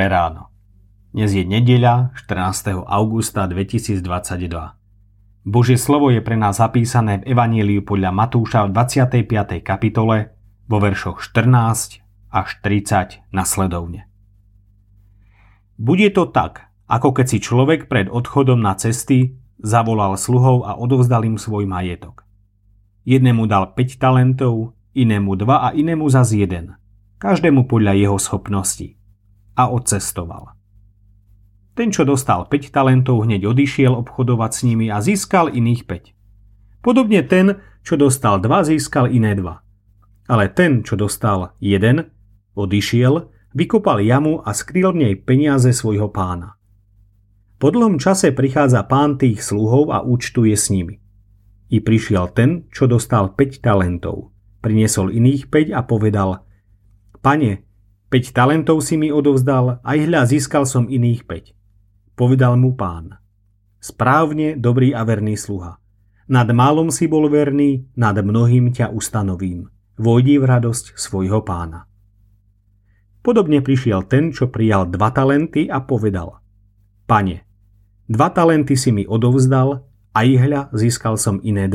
Dobré ráno. Dnes je nedeľa 14. augusta 2022. Božie slovo je pre nás zapísané v Evaníliu podľa Matúša v 25. kapitole vo veršoch 14 až 30 nasledovne. Bude to tak, ako keď si človek pred odchodom na cesty zavolal sluhov a odovzdal im svoj majetok. Jednému dal 5 talentov, inému 2 a inému zas 1, každému podľa jeho schopností. A odcestoval. Ten, čo dostal 5 talentov, hneď odišiel obchodovať s nimi a získal iných 5. Podobne ten, čo dostal 2, získal iné 2. Ale ten, čo dostal 1, odišiel, vykopal jamu a skrýl v nej peniaze svojho pána. Po dlhom čase prichádza pán tých sluhov a účtuje s nimi. I prišiel ten, čo dostal 5 talentov. Priniesol iných 5 a povedal: Pane, 5 talentov si mi odovzdal, aj hľa získal som iných 5. Povedal mu pán: Správne, dobrý a verný sluha. Nad málom si bol verný, nad mnohým ťa ustanovím. Vojdi v radosť svojho pána. Podobne prišiel ten, čo prijal 2 talenty a povedal: Pane, 2 talenty si mi odovzdal, aj hľa získal som iné 2.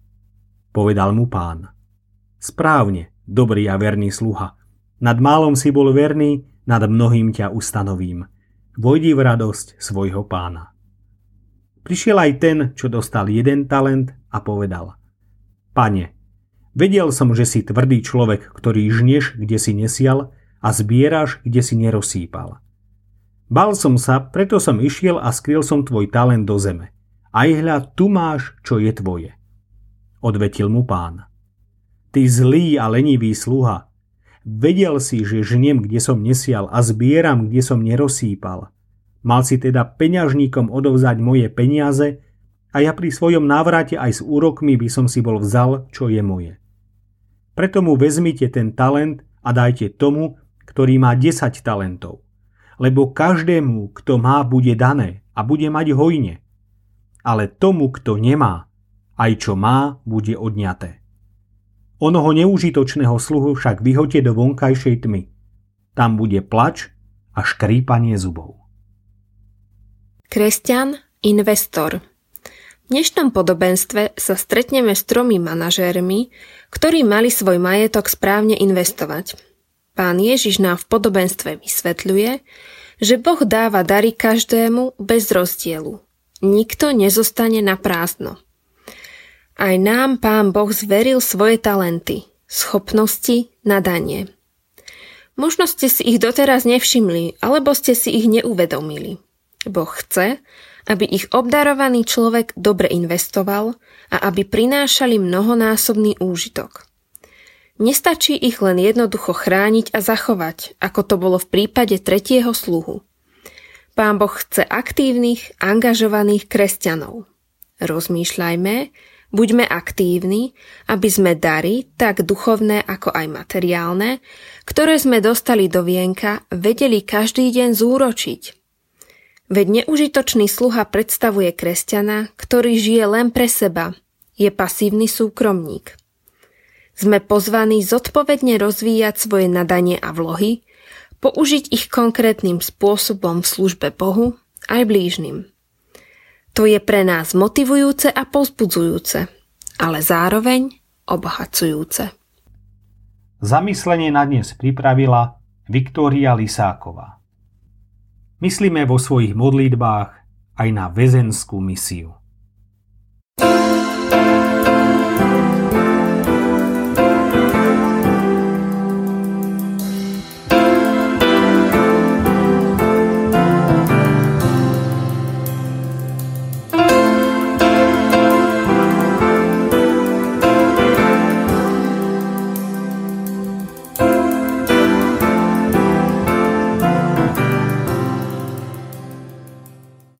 Povedal mu pán: Správne, dobrý a verný sluha. Nad málom si bol verný, nad mnohým ťa ustanovím. Vojdi v radosť svojho pána. Prišiel aj ten, čo dostal 1 talent a povedal: Pane, vedel som, že si tvrdý človek, ktorý žnieš, kde si nesial, a zbieraš, kde si nerozsýpal. Bál som sa, preto som išiel a skryl som tvoj talent do zeme. Aj hľa, tu máš, čo je tvoje. Odvetil mu pán: Ty zlý a lenivý sluha, vedel si, že žniem, kde som nesial, a zbieram, kde som nerozsýpal. Mal si teda peňažníkom odovzdať moje peniaze a ja pri svojom návrate aj s úrokmi by som si bol vzal, čo je moje. Preto mu vezmite ten talent a dajte tomu, ktorý má 10 talentov. Lebo každému, kto má, bude dané a bude mať hojne. Ale tomu, kto nemá, aj čo má, bude odňaté. Onoho neužitočného sluhu však vyhoďte do vonkajšej tmy. Tam bude plač a škrípanie zubov. Kresťan, investor. V dnešnom podobenstve sa stretneme s 3 manažérmi, ktorí mali svoj majetok správne investovať. Pán Ježiš nám v podobenstve vysvetľuje, že Boh dáva dary každému bez rozdielu. Nikto nezostane na prázdno. Aj nám Pán Boh zveril svoje talenty, schopnosti, nadanie. Možno ste si ich doteraz nevšimli, alebo ste si ich neuvedomili. Boh chce, aby ich obdarovaný človek dobre investoval a aby prinášali mnohonásobný úžitok. Nestačí ich len jednoducho chrániť a zachovať, ako to bolo v prípade 3. sluhu. Pán Boh chce aktívnych, angažovaných kresťanov. Rozmýšľajme, buďme aktívni, aby sme dary, tak duchovné ako aj materiálne, ktoré sme dostali do vienka, vedeli každý deň zúročiť. Veď neužitočný sluha predstavuje kresťana, ktorý žije len pre seba, je pasívny súkromník. Sme pozvaní zodpovedne rozvíjať svoje nadanie a vlohy, použiť ich konkrétnym spôsobom v službe Bohu aj blížnym. To je pre nás motivujúce a povzbudzujúce, ale zároveň obohacujúce. Zamyslenie na dnes pripravila Viktória Lisáková. Myslíme vo svojich modlitbách aj na väzenskú misiu.